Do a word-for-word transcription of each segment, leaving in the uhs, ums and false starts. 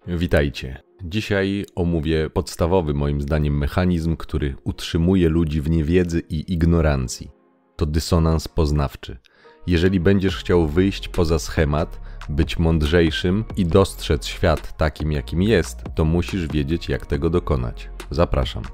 Witajcie. Dzisiaj omówię podstawowy moim zdaniem mechanizm, który utrzymuje ludzi w niewiedzy i ignorancji. To dysonans poznawczy. Jeżeli będziesz chciał wyjść poza schemat, być mądrzejszym i dostrzec świat takim jakim jest, to musisz wiedzieć jak tego dokonać. Zapraszam.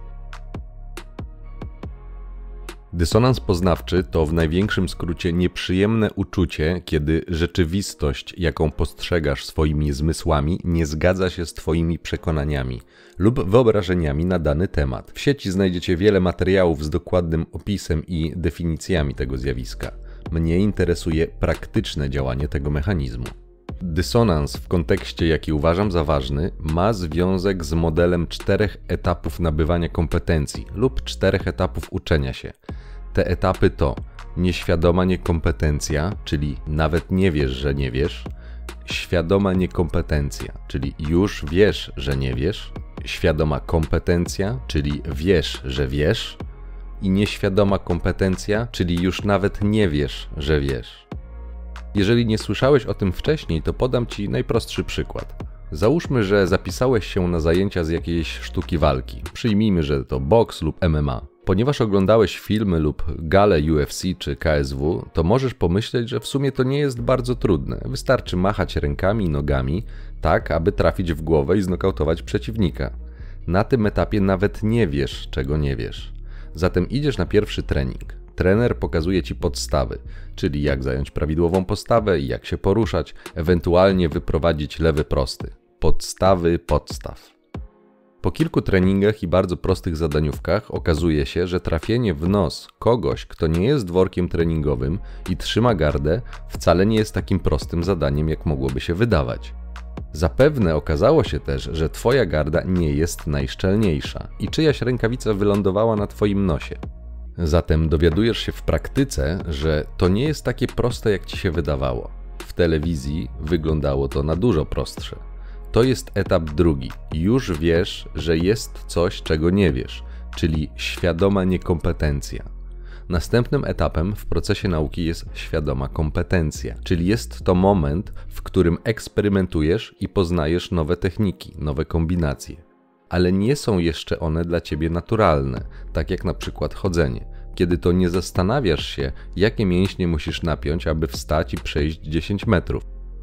Dysonans poznawczy to w największym skrócie nieprzyjemne uczucie, kiedy rzeczywistość, jaką postrzegasz swoimi zmysłami, nie zgadza się z twoimi przekonaniami lub wyobrażeniami na dany temat. W sieci znajdziecie wiele materiałów z dokładnym opisem i definicjami tego zjawiska. Mnie interesuje praktyczne działanie tego mechanizmu. Dysonans w kontekście, jaki uważam za ważny, ma związek z modelem czterech etapów nabywania kompetencji lub czterech etapów uczenia się. Te etapy to nieświadoma niekompetencja, czyli nawet nie wiesz, że nie wiesz, świadoma niekompetencja, czyli już wiesz, że nie wiesz, świadoma kompetencja, czyli wiesz, że wiesz i nieświadoma kompetencja, czyli już nawet nie wiesz, że wiesz. Jeżeli nie słyszałeś o tym wcześniej, to podam Ci najprostszy przykład. Załóżmy, że zapisałeś się na zajęcia z jakiejś sztuki walki. Przyjmijmy, że to boks lub M M A. Ponieważ oglądałeś filmy lub gale U F C czy K S W, to możesz pomyśleć, że w sumie to nie jest bardzo trudne. Wystarczy machać rękami i nogami, tak aby trafić w głowę i znokautować przeciwnika. Na tym etapie nawet nie wiesz, czego nie wiesz. Zatem idziesz na pierwszy trening. Trener pokazuje Ci podstawy, czyli jak zająć prawidłową postawę i jak się poruszać, ewentualnie wyprowadzić lewy prosty. Podstawy podstaw. Po kilku treningach i bardzo prostych zadaniówkach okazuje się, że trafienie w nos kogoś, kto nie jest workiem treningowym i trzyma gardę, wcale nie jest takim prostym zadaniem, jak mogłoby się wydawać. Zapewne okazało się też, że Twoja garda nie jest najszczelniejsza i czyjaś rękawica wylądowała na Twoim nosie. Zatem dowiadujesz się w praktyce, że to nie jest takie proste, jak Ci się wydawało. W telewizji wyglądało to na dużo prostsze. To jest etap drugi. Już wiesz, że jest coś, czego nie wiesz, czyli świadoma niekompetencja. Następnym etapem w procesie nauki jest świadoma kompetencja, czyli jest to moment, w którym eksperymentujesz i poznajesz nowe techniki, nowe kombinacje. Ale nie są jeszcze one dla Ciebie naturalne, tak jak na przykład chodzenie, kiedy to nie zastanawiasz się, jakie mięśnie musisz napiąć, aby wstać i przejść dziesięć metrów.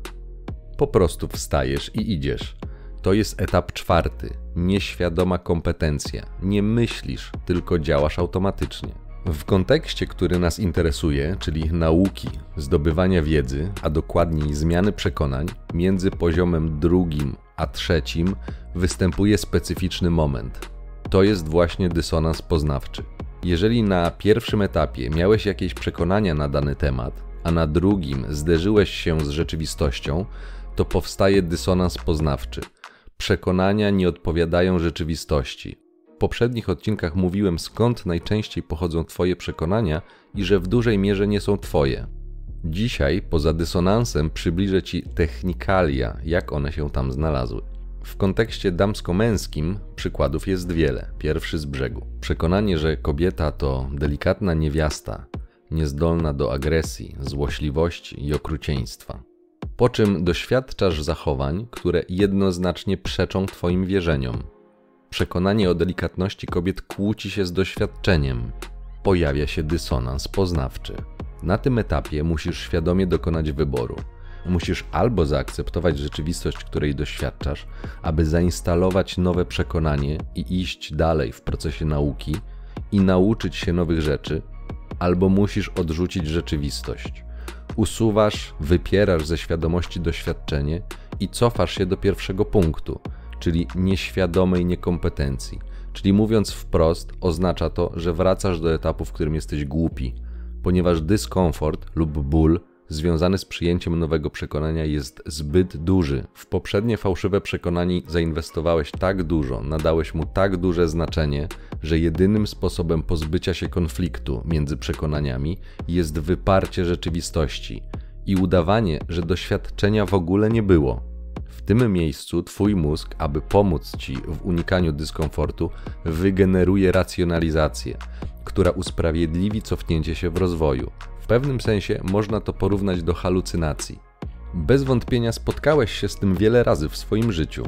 Po prostu wstajesz i idziesz. To jest etap czwarty, nieświadoma kompetencja. Nie myślisz, tylko działasz automatycznie. W kontekście, który nas interesuje, czyli nauki, zdobywania wiedzy, a dokładniej zmiany przekonań, między poziomem drugim a trzecim występuje specyficzny moment. To jest właśnie dysonans poznawczy. Jeżeli na pierwszym etapie miałeś jakieś przekonania na dany temat, a na drugim zderzyłeś się z rzeczywistością, to powstaje dysonans poznawczy. Przekonania nie odpowiadają rzeczywistości. W poprzednich odcinkach mówiłem, skąd najczęściej pochodzą Twoje przekonania i że w dużej mierze nie są Twoje. Dzisiaj, poza dysonansem, przybliżę Ci technikalia, jak one się tam znalazły. W kontekście damsko-męskim przykładów jest wiele. Pierwszy z brzegu. Przekonanie, że kobieta to delikatna niewiasta, niezdolna do agresji, złośliwości i okrucieństwa. Po czym doświadczasz zachowań, które jednoznacznie przeczą Twoim wierzeniom. Przekonanie o delikatności kobiet kłóci się z doświadczeniem. Pojawia się dysonans poznawczy. Na tym etapie musisz świadomie dokonać wyboru. Musisz albo zaakceptować rzeczywistość, której doświadczasz, aby zainstalować nowe przekonanie i iść dalej w procesie nauki i nauczyć się nowych rzeczy, albo musisz odrzucić rzeczywistość. Usuwasz, wypierasz ze świadomości doświadczenie i cofasz się do pierwszego punktu, czyli nieświadomej niekompetencji. Czyli mówiąc wprost, oznacza to, że wracasz do etapu, w którym jesteś głupi, ponieważ dyskomfort lub ból związany z przyjęciem nowego przekonania jest zbyt duży. W poprzednie fałszywe przekonanie zainwestowałeś tak dużo, nadałeś mu tak duże znaczenie, że jedynym sposobem pozbycia się konfliktu między przekonaniami jest wyparcie rzeczywistości i udawanie, że doświadczenia w ogóle nie było. W tym miejscu Twój mózg, aby pomóc Ci w unikaniu dyskomfortu, wygeneruje racjonalizację, która usprawiedliwi cofnięcie się w rozwoju. W pewnym sensie można to porównać do halucynacji. Bez wątpienia spotkałeś się z tym wiele razy w swoim życiu.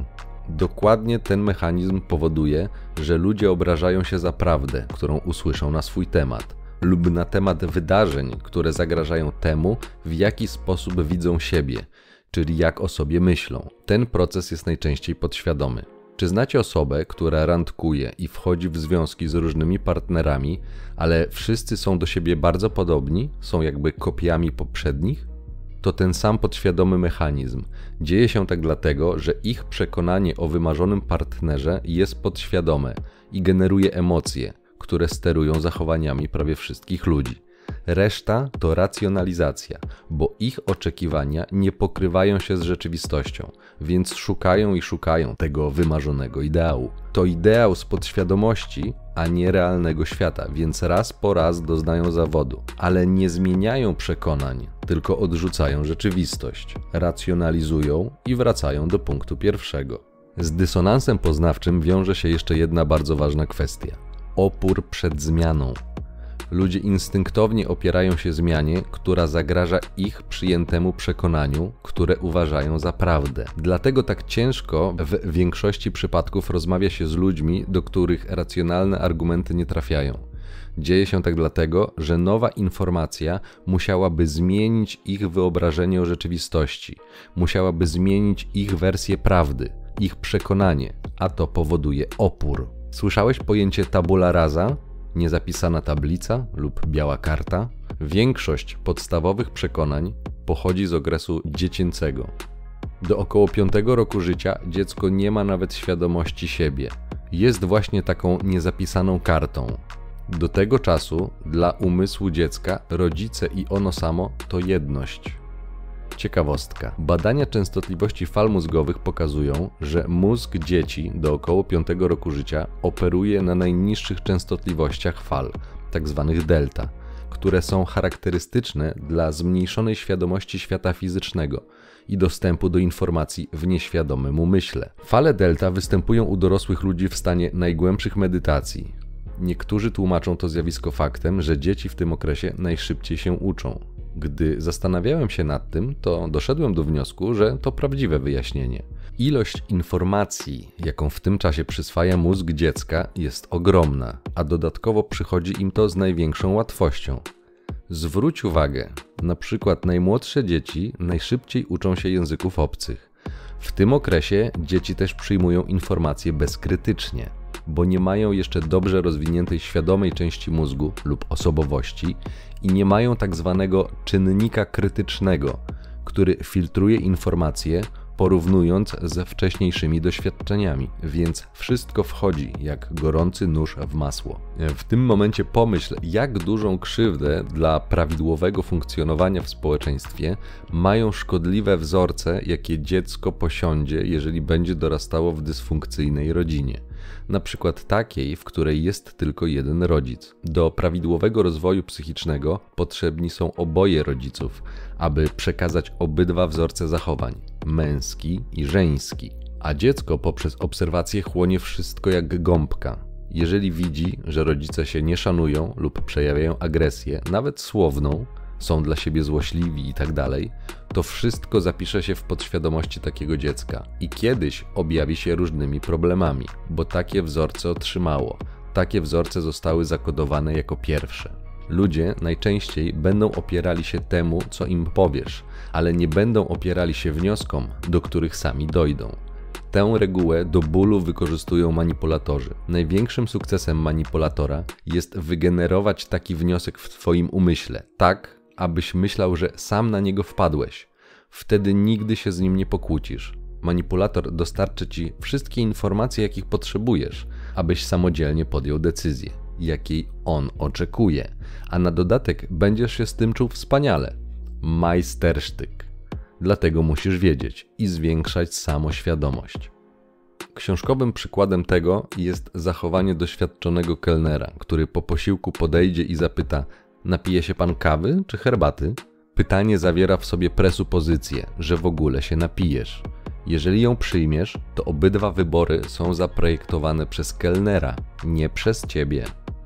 Dokładnie ten mechanizm powoduje, że ludzie obrażają się za prawdę, którą usłyszą na swój temat, lub na temat wydarzeń, które zagrażają temu, w jaki sposób widzą siebie, czyli jak o sobie myślą. Ten proces jest najczęściej podświadomy. Czy znacie osobę, która randkuje i wchodzi w związki z różnymi partnerami, ale wszyscy są do siebie bardzo podobni, są jakby kopiami poprzednich? To ten sam podświadomy mechanizm. Dzieje się tak dlatego, że ich przekonanie o wymarzonym partnerze jest podświadome i generuje emocje, które sterują zachowaniami prawie wszystkich ludzi. Reszta to racjonalizacja, bo ich oczekiwania nie pokrywają się z rzeczywistością, więc szukają i szukają tego wymarzonego ideału. To ideał z podświadomości, a nie realnego świata, więc raz po raz doznają zawodu, ale nie zmieniają przekonań, tylko odrzucają rzeczywistość, racjonalizują i wracają do punktu pierwszego. Z dysonansem poznawczym wiąże się jeszcze jedna bardzo ważna kwestia. Opór przed zmianą. Ludzie instynktownie opierają się zmianie, która zagraża ich przyjętemu przekonaniu, które uważają za prawdę. Dlatego tak ciężko w większości przypadków rozmawia się z ludźmi, do których racjonalne argumenty nie trafiają. Dzieje się tak dlatego, że nowa informacja musiałaby zmienić ich wyobrażenie o rzeczywistości, musiałaby zmienić ich wersję prawdy, ich przekonanie, a to powoduje opór. Słyszałeś pojęcie tabula rasa? Niezapisana tablica lub biała karta? Większość podstawowych przekonań pochodzi z okresu dziecięcego. Do około piątego roku życia dziecko nie ma nawet świadomości siebie. Jest właśnie taką niezapisaną kartą. Do tego czasu dla umysłu dziecka rodzice i ono samo to jedność. Ciekawostka. Badania częstotliwości fal mózgowych pokazują, że mózg dzieci do około piątego roku życia operuje na najniższych częstotliwościach fal, tzw. delta, które są charakterystyczne dla zmniejszonej świadomości świata fizycznego i dostępu do informacji w nieświadomym umyśle. Fale delta występują u dorosłych ludzi w stanie najgłębszych medytacji. Niektórzy tłumaczą to zjawisko faktem, że dzieci w tym okresie najszybciej się uczą. Gdy zastanawiałem się nad tym, to doszedłem do wniosku, że to prawdziwe wyjaśnienie. Ilość informacji, jaką w tym czasie przyswaja mózg dziecka, jest ogromna, a dodatkowo przychodzi im to z największą łatwością. Zwróć uwagę, na przykład najmłodsze dzieci najszybciej uczą się języków obcych. W tym okresie dzieci też przyjmują informacje bezkrytycznie, bo nie mają jeszcze dobrze rozwiniętej świadomej części mózgu lub osobowości i nie mają tak zwanego czynnika krytycznego, który filtruje informacje, porównując ze wcześniejszymi doświadczeniami, więc wszystko wchodzi jak gorący nóż w masło. W tym momencie pomyśl, jak dużą krzywdę dla prawidłowego funkcjonowania w społeczeństwie mają szkodliwe wzorce, jakie dziecko posiądzie, jeżeli będzie dorastało w dysfunkcyjnej rodzinie. Na przykład takiej, w której jest tylko jeden rodzic. Do prawidłowego rozwoju psychicznego potrzebni są oboje rodziców, aby przekazać obydwa wzorce zachowań, męski i żeński. A dziecko poprzez obserwację chłonie wszystko jak gąbka. Jeżeli widzi, że rodzice się nie szanują lub przejawiają agresję, nawet słowną, są dla siebie złośliwi i tak dalej, to wszystko zapisze się w podświadomości takiego dziecka i kiedyś objawi się różnymi problemami, bo takie wzorce otrzymało, takie wzorce zostały zakodowane jako pierwsze. Ludzie najczęściej będą opierali się temu, co im powiesz, ale nie będą opierali się wnioskom, do których sami dojdą. Tę regułę do bólu wykorzystują manipulatorzy. Największym sukcesem manipulatora jest wygenerować taki wniosek w twoim umyśle, tak, abyś myślał, że sam na niego wpadłeś. Wtedy nigdy się z nim nie pokłócisz. Manipulator dostarczy ci wszystkie informacje, jakich potrzebujesz, abyś samodzielnie podjął decyzję, jakiej on oczekuje, a na dodatek będziesz się z tym czuł wspaniale. Majstersztyk. Dlatego musisz wiedzieć i zwiększać samoświadomość. Książkowym przykładem tego jest zachowanie doświadczonego kelnera, który po posiłku podejdzie i zapyta: napije się pan kawy czy herbaty? Pytanie zawiera w sobie presupozycję, że w ogóle się napijesz. Jeżeli ją przyjmiesz, to obydwa wybory są zaprojektowane przez kelnera, nie przez ciebie.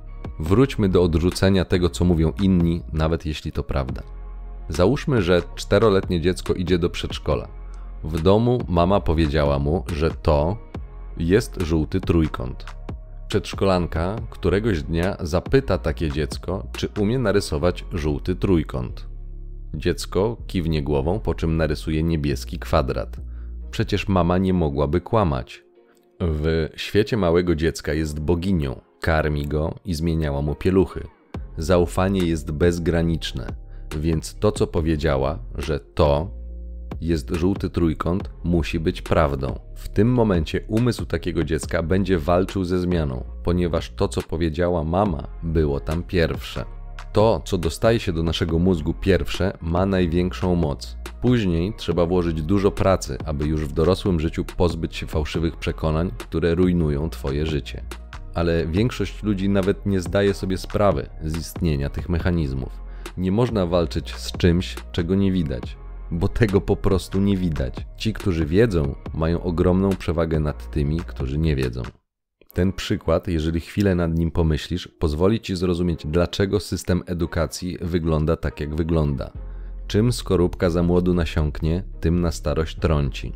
Wróćmy do odrzucenia tego, co mówią inni, nawet jeśli to prawda. Załóżmy, że czteroletnie dziecko idzie do przedszkola. W domu mama powiedziała mu, że to Jest żółty trójkąt. Przedszkolanka któregoś dnia zapyta takie dziecko, czy umie narysować żółty trójkąt. Dziecko kiwnie głową, po czym narysuje niebieski kwadrat. Przecież mama nie mogłaby kłamać. W świecie małego dziecka jest boginią, karmi go i zmieniała mu pieluchy. Zaufanie jest bezgraniczne, więc to, co powiedziała, że to jest żółty trójkąt, musi być prawdą. W tym momencie umysł takiego dziecka będzie walczył ze zmianą, ponieważ to, co powiedziała mama, było tam pierwsze. To, co dostaje się do naszego mózgu pierwsze, ma największą moc. Później trzeba włożyć dużo pracy, aby już w dorosłym życiu pozbyć się fałszywych przekonań, które rujnują twoje życie. Ale większość ludzi nawet nie zdaje sobie sprawy z istnienia tych mechanizmów. Nie można walczyć z czymś, czego nie widać, bo tego po prostu nie widać. Ci, którzy wiedzą, mają ogromną przewagę nad tymi, którzy nie wiedzą. Ten przykład, jeżeli chwilę nad nim pomyślisz, pozwoli ci zrozumieć, dlaczego system edukacji wygląda tak, jak wygląda. Czym skorupka za młodu nasiąknie, tym na starość trąci.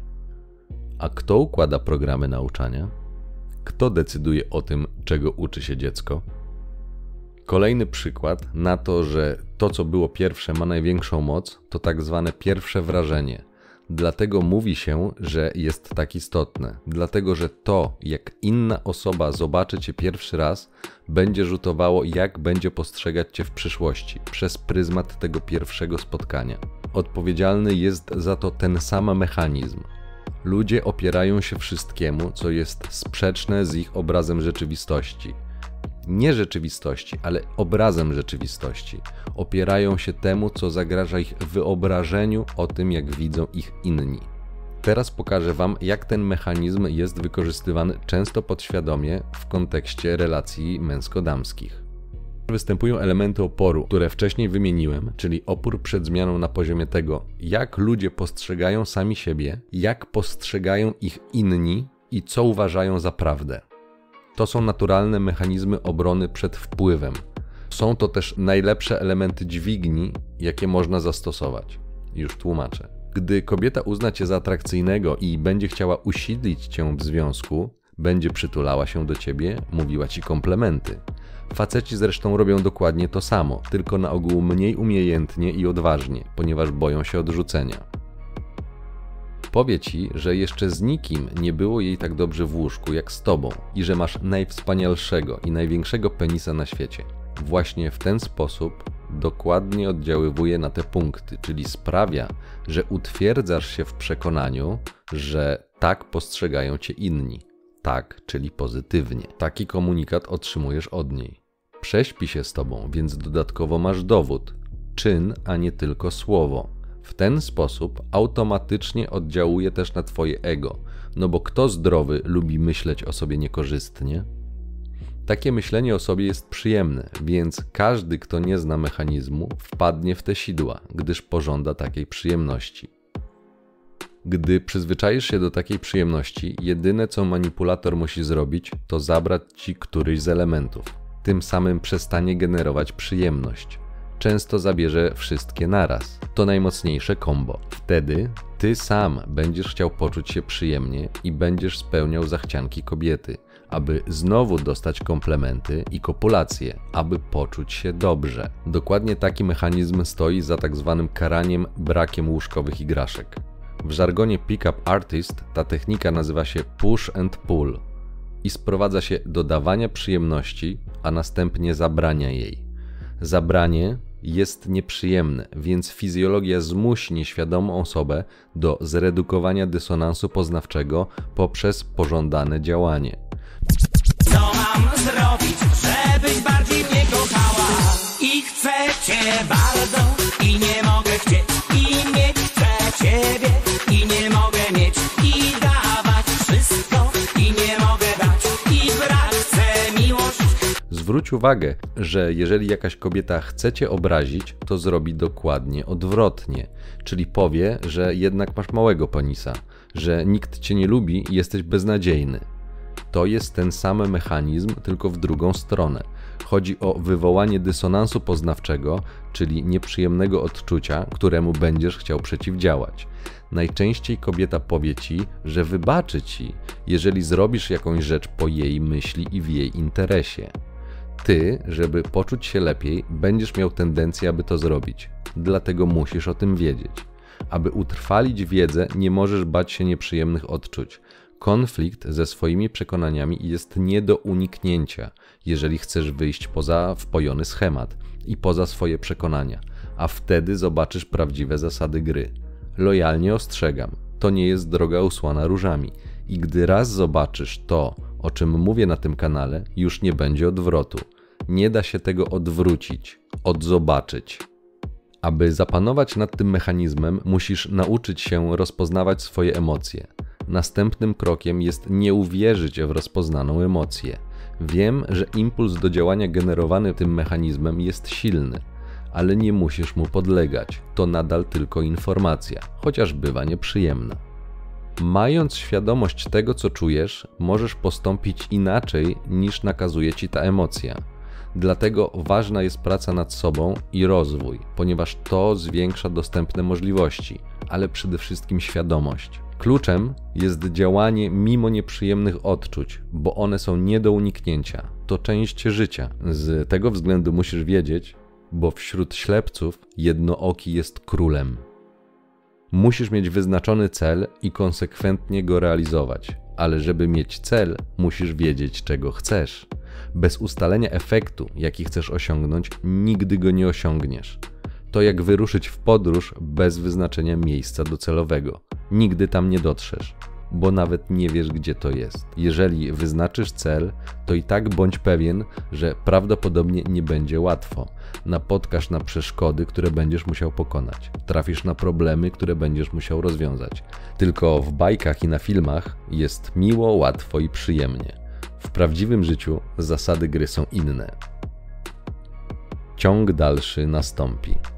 A kto układa programy nauczania? Kto decyduje o tym, czego uczy się dziecko? Kolejny przykład na to, że to, co było pierwsze, ma największą moc, to tak zwane pierwsze wrażenie. Dlatego mówi się, że jest tak istotne. Dlatego, że to, jak inna osoba zobaczy cię pierwszy raz, będzie rzutowało, jak będzie postrzegać cię w przyszłości, przez pryzmat tego pierwszego spotkania. Odpowiedzialny jest za to ten sam mechanizm. Ludzie opierają się wszystkiemu, co jest sprzeczne z ich obrazem rzeczywistości. Nie rzeczywistości, ale obrazem rzeczywistości. Opierają się temu, co zagraża ich wyobrażeniu o tym, jak widzą ich inni. Teraz pokażę wam, jak ten mechanizm jest wykorzystywany często podświadomie w kontekście relacji męsko-damskich. Występują elementy oporu, które wcześniej wymieniłem, czyli opór przed zmianą na poziomie tego, jak ludzie postrzegają sami siebie, jak postrzegają ich inni i co uważają za prawdę. To są naturalne mechanizmy obrony przed wpływem. Są to też najlepsze elementy dźwigni, jakie można zastosować. Już tłumaczę. Gdy kobieta uzna cię za atrakcyjnego i będzie chciała usidlić cię w związku, będzie przytulała się do ciebie, mówiła ci komplementy. Faceci zresztą robią dokładnie to samo, tylko na ogół mniej umiejętnie i odważnie, ponieważ boją się odrzucenia. Powie ci, że jeszcze z nikim nie było jej tak dobrze w łóżku jak z tobą i że masz najwspanialszego i największego penisa na świecie. Właśnie w ten sposób dokładnie oddziaływuje na te punkty, czyli sprawia, że utwierdzasz się w przekonaniu, że tak postrzegają cię inni. Tak, czyli pozytywnie. Taki komunikat otrzymujesz od niej. Prześpi się z tobą, więc dodatkowo masz dowód. Czyn, a nie tylko słowo. W ten sposób automatycznie oddziałuje też na twoje ego, no bo kto zdrowy lubi myśleć o sobie niekorzystnie? Takie myślenie o sobie jest przyjemne, więc każdy, kto nie zna mechanizmu, wpadnie w te sidła, gdyż pożąda takiej przyjemności. Gdy przyzwyczaisz się do takiej przyjemności, jedyne co manipulator musi zrobić, to zabrać ci któryś z elementów. Tym samym przestanie generować przyjemność. Często zabierze wszystkie naraz. To najmocniejsze kombo. Wtedy ty sam będziesz chciał poczuć się przyjemnie i będziesz spełniał zachcianki kobiety, aby znowu dostać komplementy i kopulację, aby poczuć się dobrze. Dokładnie taki mechanizm stoi za tak zwanym karaniem brakiem łóżkowych igraszek. W żargonie pick-up artist ta technika nazywa się push and pull i sprowadza się do dawania przyjemności, a następnie zabrania jej. Zabranie jest nieprzyjemne, więc fizjologia zmusi nieświadomą osobę do zredukowania dysonansu poznawczego poprzez pożądane działanie. Co mam zrobić, żebyś bardziej mnie kochała? I chcę cię bardzo i nie mogę chcieć i mieć chcę ciebie i nie mogę mieć i dawać wszystko i nie mogę dać i brak chcę miłość. Zwróć uwagę, że jeżeli jakaś kobieta chce cię obrazić, to zrobi dokładnie odwrotnie, czyli powie, że jednak masz małego penisa, że nikt cię nie lubi i jesteś beznadziejny. To jest ten sam mechanizm, tylko w drugą stronę. Chodzi o wywołanie dysonansu poznawczego, czyli nieprzyjemnego odczucia, któremu będziesz chciał przeciwdziałać. Najczęściej kobieta powie ci, że wybaczy ci jeżeli zrobisz jakąś rzecz po jej myśli i w jej interesie. Ty, żeby poczuć się lepiej, będziesz miał tendencję, aby to zrobić. Dlatego musisz o tym wiedzieć. Aby utrwalić wiedzę, nie możesz bać się nieprzyjemnych odczuć. Konflikt ze swoimi przekonaniami jest nie do uniknięcia, jeżeli chcesz wyjść poza wpojony schemat i poza swoje przekonania, a wtedy zobaczysz prawdziwe zasady gry. Lojalnie ostrzegam, to nie jest droga usłana różami i gdy raz zobaczysz to, o czym mówię na tym kanale, już nie będzie odwrotu. Nie da się tego odwrócić, odzobaczyć. Aby zapanować nad tym mechanizmem, musisz nauczyć się rozpoznawać swoje emocje. Następnym krokiem jest nie uwierzyć w rozpoznaną emocję. Wiem, że impuls do działania generowany tym mechanizmem jest silny, ale nie musisz mu podlegać. To nadal tylko informacja, chociaż bywa nieprzyjemna. Mając świadomość tego, co czujesz, możesz postąpić inaczej niż nakazuje ci ta emocja. Dlatego ważna jest praca nad sobą i rozwój, ponieważ to zwiększa dostępne możliwości, ale przede wszystkim świadomość. Kluczem jest działanie mimo nieprzyjemnych odczuć, bo one są nie do uniknięcia. To część życia. Z tego względu musisz wiedzieć, bo wśród ślepców jednooki jest królem. Musisz mieć wyznaczony cel i konsekwentnie go realizować, ale żeby mieć cel, musisz wiedzieć, czego chcesz. Bez ustalenia efektu, jaki chcesz osiągnąć, nigdy go nie osiągniesz. To jak wyruszyć w podróż bez wyznaczenia miejsca docelowego. Nigdy tam nie dotrzesz, bo nawet nie wiesz, gdzie to jest. Jeżeli wyznaczysz cel, to i tak bądź pewien, że prawdopodobnie nie będzie łatwo. Napotkasz na przeszkody, które będziesz musiał pokonać. Trafisz na problemy, które będziesz musiał rozwiązać. Tylko w bajkach i na filmach jest miło, łatwo i przyjemnie. W prawdziwym życiu zasady gry są inne. Ciąg dalszy nastąpi.